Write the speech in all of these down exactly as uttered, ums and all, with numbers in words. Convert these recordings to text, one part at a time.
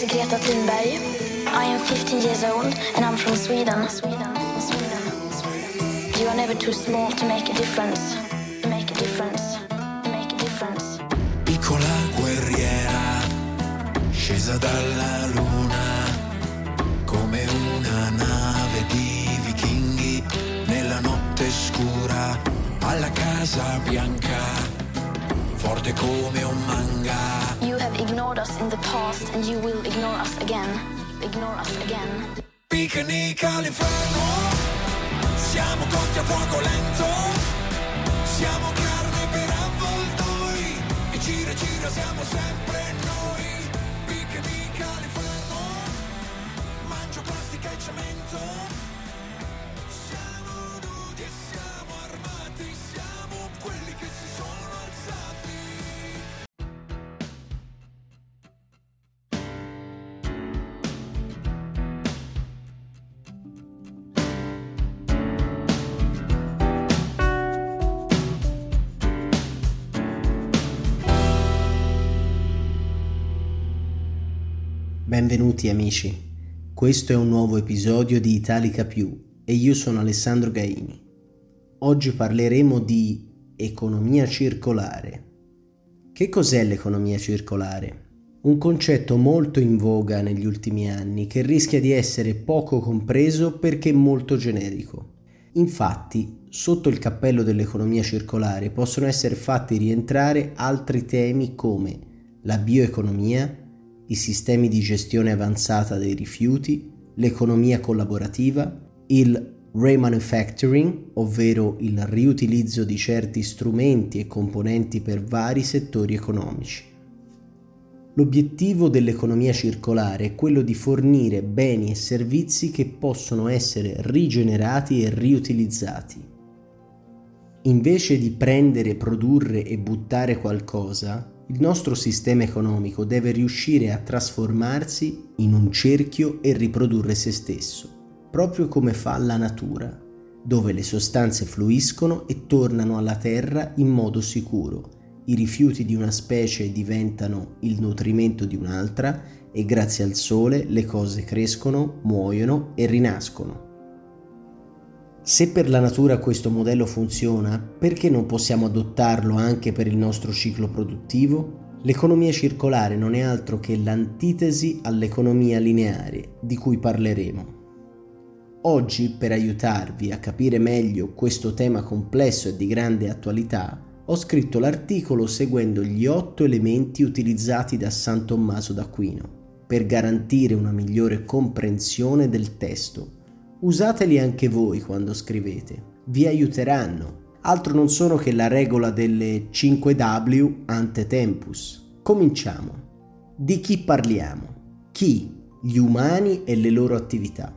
is Greta Thunberg. I am fifteen years old and I'm from Sweden. Sweden, Sweden, Sweden. You are never too small to make a difference. Make a difference. Make a difference. Piccola guerriera, scesa dalla luna, come una nave di vichinghi nella notte scura, alla Casa Bianca, forte come un manga. You have ignored us in the past and you will ignore us again. Ignore us again. Picnic all'inferno, siamo cotti a fuoco lento, siamo carne per avvoltoi, e gira gira siamo sempre noi. Picnic all'inferno, mangio plastica e cemento, siamo nudi e siamo armati, siamo quelli che si sono alzati. Benvenuti amici, questo è un nuovo episodio di Italica Più e io sono Alessandro Gaini. Oggi parleremo di economia circolare. Che cos'è l'economia circolare? Un concetto molto in voga negli ultimi anni che rischia di essere poco compreso perché molto generico. Infatti, sotto il cappello dell'economia circolare possono essere fatti rientrare altri temi come la bioeconomia, i sistemi di gestione avanzata dei rifiuti, l'economia collaborativa, il remanufacturing, ovvero il riutilizzo di certi strumenti e componenti per vari settori economici. L'obiettivo dell'economia circolare è quello di fornire beni e servizi che possono essere rigenerati e riutilizzati. Invece di prendere, produrre e buttare qualcosa, il nostro sistema economico deve riuscire a trasformarsi in un cerchio e riprodurre se stesso, proprio come fa la natura, dove le sostanze fluiscono e tornano alla terra in modo sicuro. I rifiuti di una specie diventano il nutrimento di un'altra e grazie al sole le cose crescono, muoiono e rinascono. Se per la natura questo modello funziona, perché non possiamo adottarlo anche per il nostro ciclo produttivo? L'economia circolare non è altro che l'antitesi all'economia lineare, di cui parleremo. Oggi, per aiutarvi a capire meglio questo tema complesso e di grande attualità, ho scritto l'articolo seguendo gli otto elementi utilizzati da San Tommaso d'Aquino, per garantire una migliore comprensione del testo. Usateli anche voi quando scrivete, vi aiuteranno. Altro non sono che la regola delle cinque W ante tempus. Cominciamo. Di chi parliamo? Chi? Gli umani e le loro attività.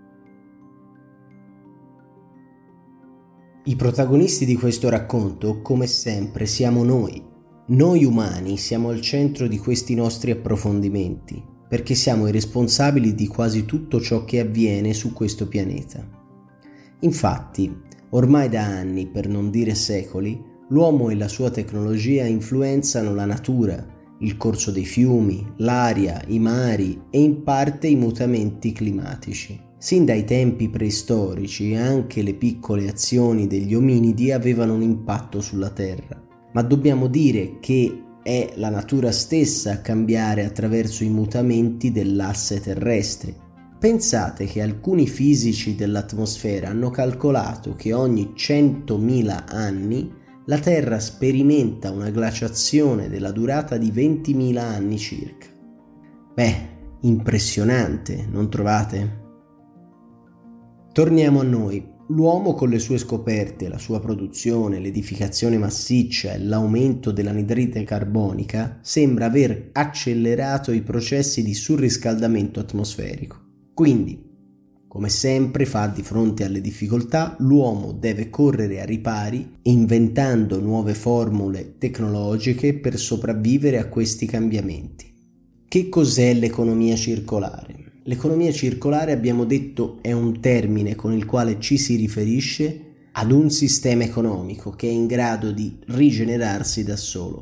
I protagonisti di questo racconto, come sempre, siamo noi. Noi umani siamo al centro di questi nostri approfondimenti, perché siamo i responsabili di quasi tutto ciò che avviene su questo pianeta. Infatti, ormai da anni, per non dire secoli, l'uomo e la sua tecnologia influenzano la natura, il corso dei fiumi, l'aria, i mari e in parte i mutamenti climatici. Sin dai tempi preistorici anche le piccole azioni degli ominidi avevano un impatto sulla Terra, ma dobbiamo dire che è la natura stessa a cambiare attraverso i mutamenti dell'asse terrestre. Pensate che alcuni fisici dell'atmosfera hanno calcolato che ogni centomila anni la Terra sperimenta una glaciazione della durata di ventimila anni circa. Beh, impressionante, non trovate? Torniamo a noi. L'uomo con le sue scoperte, la sua produzione, l'edificazione massiccia e l'aumento dell'anidride carbonica sembra aver accelerato i processi di surriscaldamento atmosferico. Quindi, come sempre fa di fronte alle difficoltà, l'uomo deve correre ai ripari inventando nuove formule tecnologiche per sopravvivere a questi cambiamenti. Che cos'è l'economia circolare? L'economia circolare, abbiamo detto, è un termine con il quale ci si riferisce ad un sistema economico che è in grado di rigenerarsi da solo.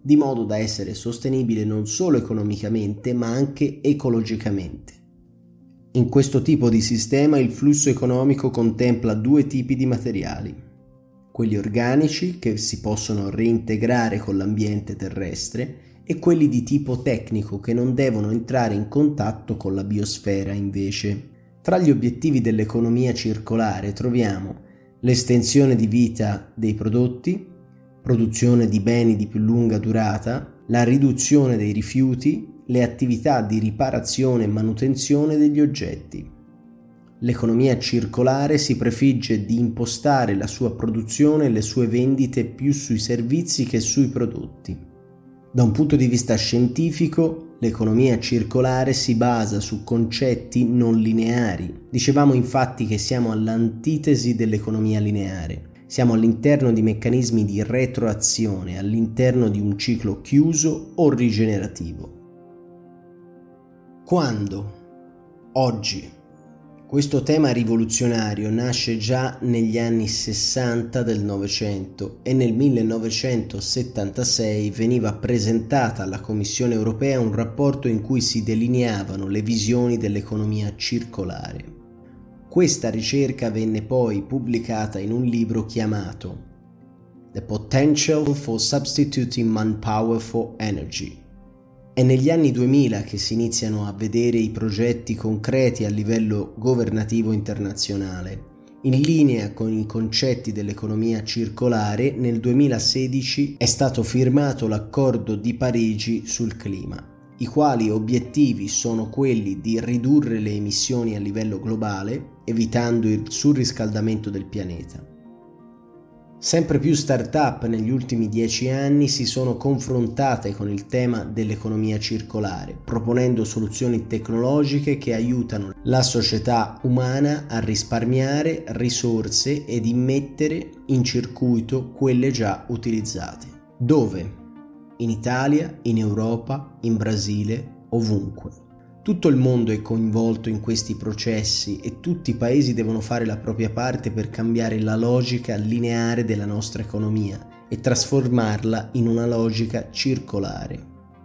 di modo da essere sostenibile non solo economicamente ma anche ecologicamente. In questo tipo di sistema il flusso economico contempla due tipi di materiali: quelli organici che si possono reintegrare con l'ambiente terrestre e quelli di tipo tecnico che non devono entrare in contatto con la biosfera invece. Tra gli obiettivi dell'economia circolare troviamo l'estensione di vita dei prodotti, produzione di beni di più lunga durata, la riduzione dei rifiuti, le attività di riparazione e manutenzione degli oggetti. L'economia circolare si prefigge di impostare la sua produzione e le sue vendite più sui servizi che sui prodotti. Da un punto di vista scientifico, l'economia circolare si basa su concetti non lineari. Dicevamo infatti che siamo all'antitesi dell'economia lineare. Siamo all'interno di meccanismi di retroazione, all'interno di un ciclo chiuso o rigenerativo. Quando? Oggi. Questo tema rivoluzionario nasce già negli anni sessanta del Novecento e nel millenovecentosettantasei veniva presentata alla Commissione europea un rapporto in cui si delineavano le visioni dell'economia circolare. Questa ricerca venne poi pubblicata in un libro chiamato The Potential for Substituting Manpower for Energy. È negli anni duemila che si iniziano a vedere i progetti concreti a livello governativo internazionale. In linea con i concetti dell'economia circolare, nel duemilasedici è stato firmato l'Accordo di Parigi sul clima, i quali obiettivi sono quelli di ridurre le emissioni a livello globale, evitando il surriscaldamento del pianeta. Sempre più start-up negli ultimi dieci anni si sono confrontate con il tema dell'economia circolare, proponendo soluzioni tecnologiche che aiutano la società umana a risparmiare risorse ed immettere in circuito quelle già utilizzate. Dove? In Italia, in Europa, in Brasile, ovunque. Tutto il mondo è coinvolto in questi processi e tutti i paesi devono fare la propria parte per cambiare la logica lineare della nostra economia e trasformarla in una logica circolare.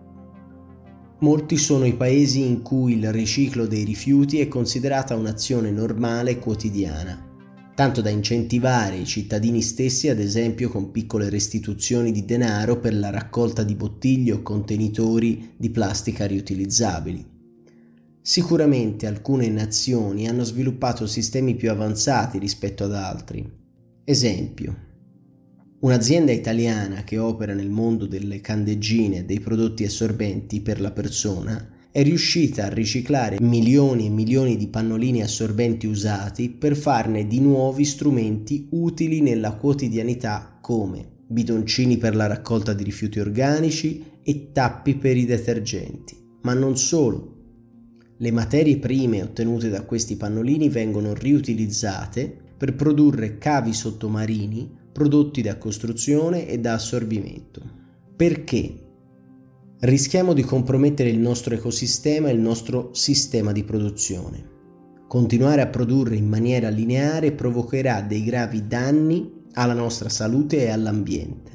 Molti sono i paesi in cui il riciclo dei rifiuti è considerata un'azione normale e quotidiana, tanto da incentivare i cittadini stessi, ad esempio con piccole restituzioni di denaro per la raccolta di bottiglie o contenitori di plastica riutilizzabili. Sicuramente alcune nazioni hanno sviluppato sistemi più avanzati rispetto ad altri. Esempio, un'azienda italiana che opera nel mondo delle candeggine e dei prodotti assorbenti per la persona è riuscita a riciclare milioni e milioni di pannolini assorbenti usati per farne di nuovi strumenti utili nella quotidianità come bidoncini per la raccolta di rifiuti organici e tappi per i detergenti. Ma non solo. Le materie prime ottenute da questi pannolini vengono riutilizzate per produrre cavi sottomarini, prodotti da costruzione e da assorbimento. Perché? Rischiamo di compromettere il nostro ecosistema e il nostro sistema di produzione. Continuare a produrre in maniera lineare provocherà dei gravi danni alla nostra salute e all'ambiente.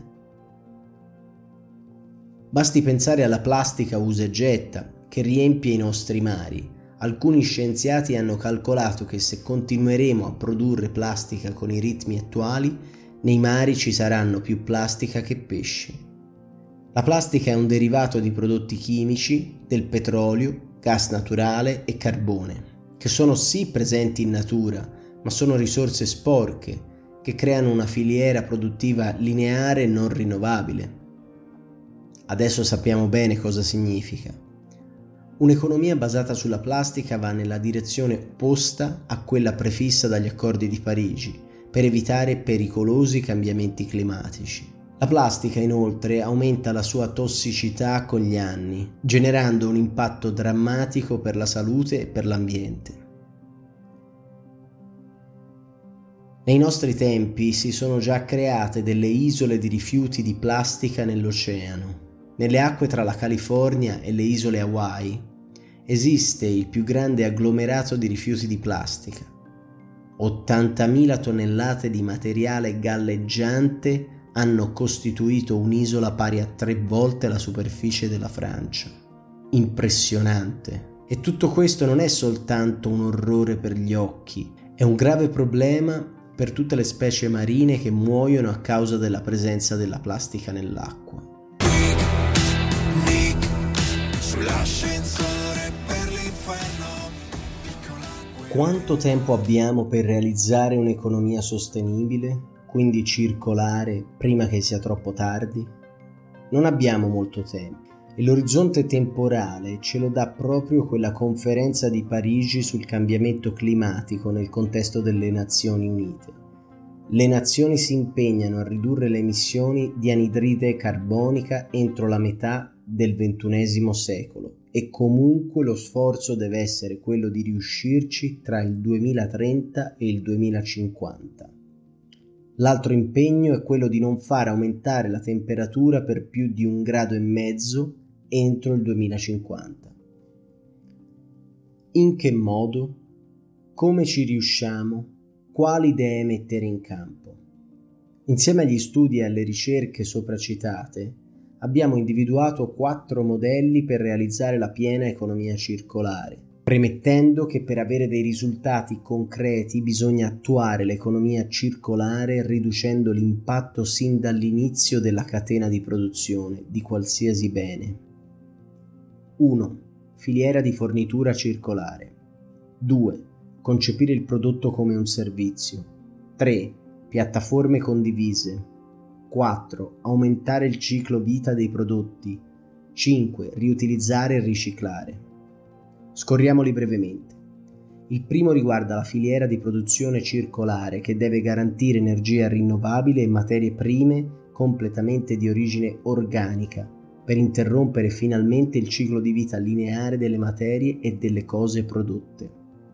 Basti pensare alla plastica usa e getta, che riempie i nostri mari. Alcuni scienziati hanno calcolato che se continueremo a produrre plastica con i ritmi attuali, nei mari ci saranno più plastica che pesci. La plastica è un derivato di prodotti chimici, del petrolio, gas naturale e carbone, che sono sì presenti in natura, ma sono risorse sporche, che creano una filiera produttiva lineare e non rinnovabile. Adesso sappiamo bene cosa significa. Un'economia basata sulla plastica va nella direzione opposta a quella prefissa dagli accordi di Parigi, per evitare pericolosi cambiamenti climatici. La plastica inoltre aumenta la sua tossicità con gli anni, generando un impatto drammatico per la salute e per l'ambiente. Nei nostri tempi si sono già create delle isole di rifiuti di plastica nell'oceano. Nelle acque tra la California e le isole Hawaii esiste il più grande agglomerato di rifiuti di plastica. ottantamila tonnellate di materiale galleggiante hanno costituito un'isola pari a tre volte la superficie della Francia. Impressionante. E tutto questo non è soltanto un orrore per gli occhi, è un grave problema per tutte le specie marine che muoiono a causa della presenza della plastica nell'acqua. Nick, sull'ascensore per l'inferno. Quanto tempo abbiamo per realizzare un'economia sostenibile, quindi circolare, prima che sia troppo tardi? Non abbiamo molto tempo. E l'orizzonte temporale ce lo dà proprio quella conferenza di Parigi sul cambiamento climatico nel contesto delle Nazioni Unite. Le nazioni si impegnano a ridurre le emissioni di anidride carbonica entro la metà del ventunesimo secolo e comunque lo sforzo deve essere quello di riuscirci tra il duemilatrenta e il duemilacinquanta. L'altro impegno è quello di non far aumentare la temperatura per più di un grado e mezzo entro il duemilacinquanta. In che modo? Come ci riusciamo? Quali idee mettere in campo? Insieme agli studi e alle ricerche sopra citate, abbiamo individuato quattro modelli per realizzare la piena economia circolare, premettendo che per avere dei risultati concreti bisogna attuare l'economia circolare riducendo l'impatto sin dall'inizio della catena di produzione di qualsiasi bene. uno. Filiera di fornitura circolare. due. Concepire il prodotto come un servizio. tre. Piattaforme condivise. quattro. Aumentare il ciclo vita dei prodotti. cinque. Riutilizzare e riciclare. Scorriamoli brevemente. Il primo riguarda la filiera di produzione circolare che deve garantire energia rinnovabile e materie prime completamente di origine organica per interrompere finalmente il ciclo di vita lineare delle materie e delle cose prodotte.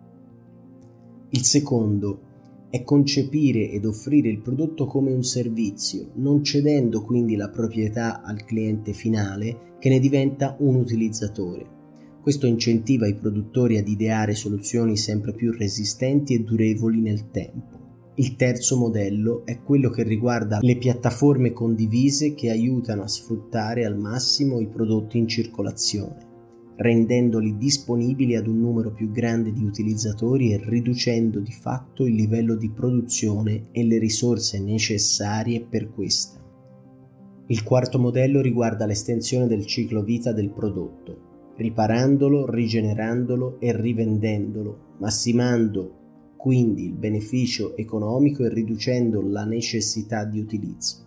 Il secondo è concepire ed offrire il prodotto come un servizio, non cedendo quindi la proprietà al cliente finale che ne diventa un utilizzatore. Questo incentiva i produttori ad ideare soluzioni sempre più resistenti e durevoli nel tempo. Il terzo modello è quello che riguarda le piattaforme condivise che aiutano a sfruttare al massimo i prodotti in circolazione, rendendoli disponibili ad un numero più grande di utilizzatori e riducendo di fatto il livello di produzione e le risorse necessarie per questa. Il quarto modello riguarda l'estensione del ciclo vita del prodotto, riparandolo, rigenerandolo e rivendendolo, massimando quindi il beneficio economico e riducendo la necessità di utilizzo.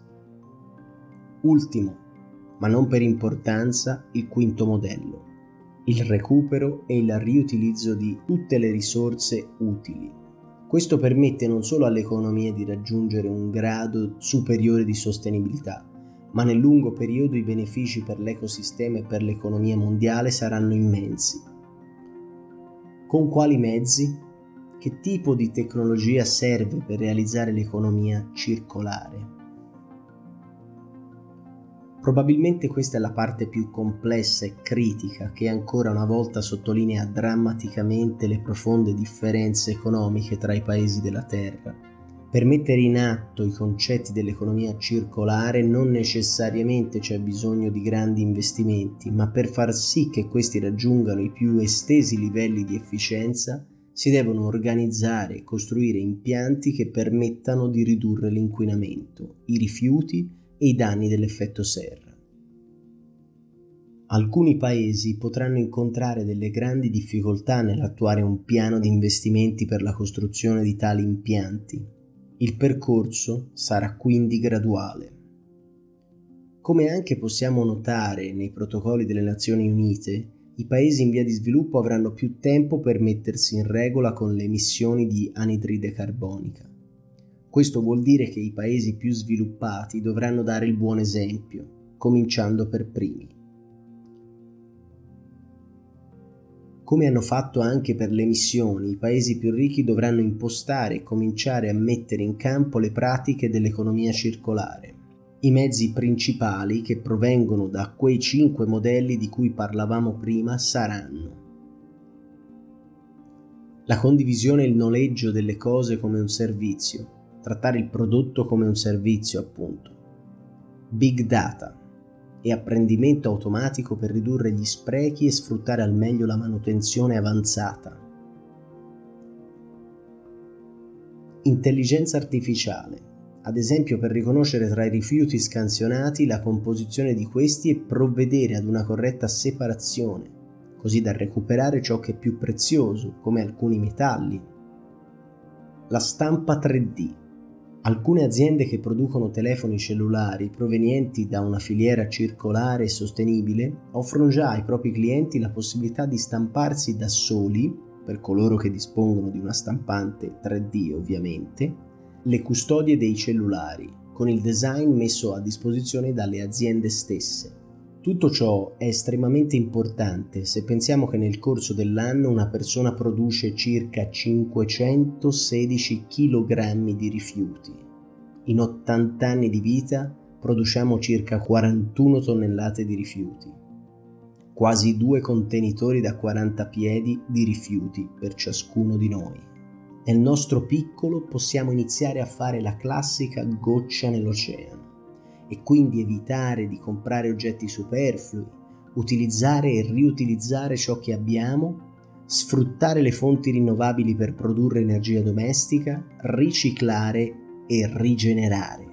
Ultimo, ma non per importanza, il quinto modello, il recupero e il riutilizzo di tutte le risorse utili. Questo permette non solo alle economie di raggiungere un grado superiore di sostenibilità, ma nel lungo periodo i benefici per l'ecosistema e per l'economia mondiale saranno immensi. Con quali mezzi? Che tipo di tecnologia serve per realizzare l'economia circolare? Probabilmente questa è la parte più complessa e critica che ancora una volta sottolinea drammaticamente le profonde differenze economiche tra i paesi della Terra. Per mettere in atto i concetti dell'economia circolare non necessariamente c'è bisogno di grandi investimenti, ma per far sì che questi raggiungano i più estesi livelli di efficienza si devono organizzare e costruire impianti che permettano di ridurre l'inquinamento, i rifiuti e i danni dell'effetto serra. Alcuni paesi potranno incontrare delle grandi difficoltà nell'attuare un piano di investimenti per la costruzione di tali impianti. Il percorso sarà quindi graduale. Come anche possiamo notare nei protocolli delle Nazioni Unite, i paesi in via di sviluppo avranno più tempo per mettersi in regola con le emissioni di anidride carbonica. Questo vuol dire che i paesi più sviluppati dovranno dare il buon esempio, cominciando per primi. Come hanno fatto anche per le emissioni, i paesi più ricchi dovranno impostare e cominciare a mettere in campo le pratiche dell'economia circolare. I mezzi principali che provengono da quei cinque modelli di cui parlavamo prima saranno la condivisione e il noleggio delle cose come un servizio, trattare il prodotto come un servizio appunto, Big data e apprendimento automatico per ridurre gli sprechi e sfruttare al meglio la manutenzione avanzata. Intelligenza artificiale, ad esempio per riconoscere tra i rifiuti scansionati la composizione di questi e provvedere ad una corretta separazione, così da recuperare ciò che è più prezioso, come alcuni metalli. La stampa tre D. Alcune aziende che producono telefoni cellulari provenienti da una filiera circolare e sostenibile offrono già ai propri clienti la possibilità di stamparsi da soli, per coloro che dispongono di una stampante tre D ovviamente, le custodie dei cellulari, con il design messo a disposizione dalle aziende stesse. Tutto ciò è estremamente importante se pensiamo che nel corso dell'anno una persona produce circa cinquecentosedici chilogrammi di rifiuti. In ottanta anni di vita produciamo circa quarantuno tonnellate di rifiuti, quasi due contenitori da quaranta piedi di rifiuti per ciascuno di noi. Nel nostro piccolo possiamo iniziare a fare la classica goccia nell'oceano e quindi evitare di comprare oggetti superflui, utilizzare e riutilizzare ciò che abbiamo, sfruttare le fonti rinnovabili per produrre energia domestica, riciclare e rigenerare.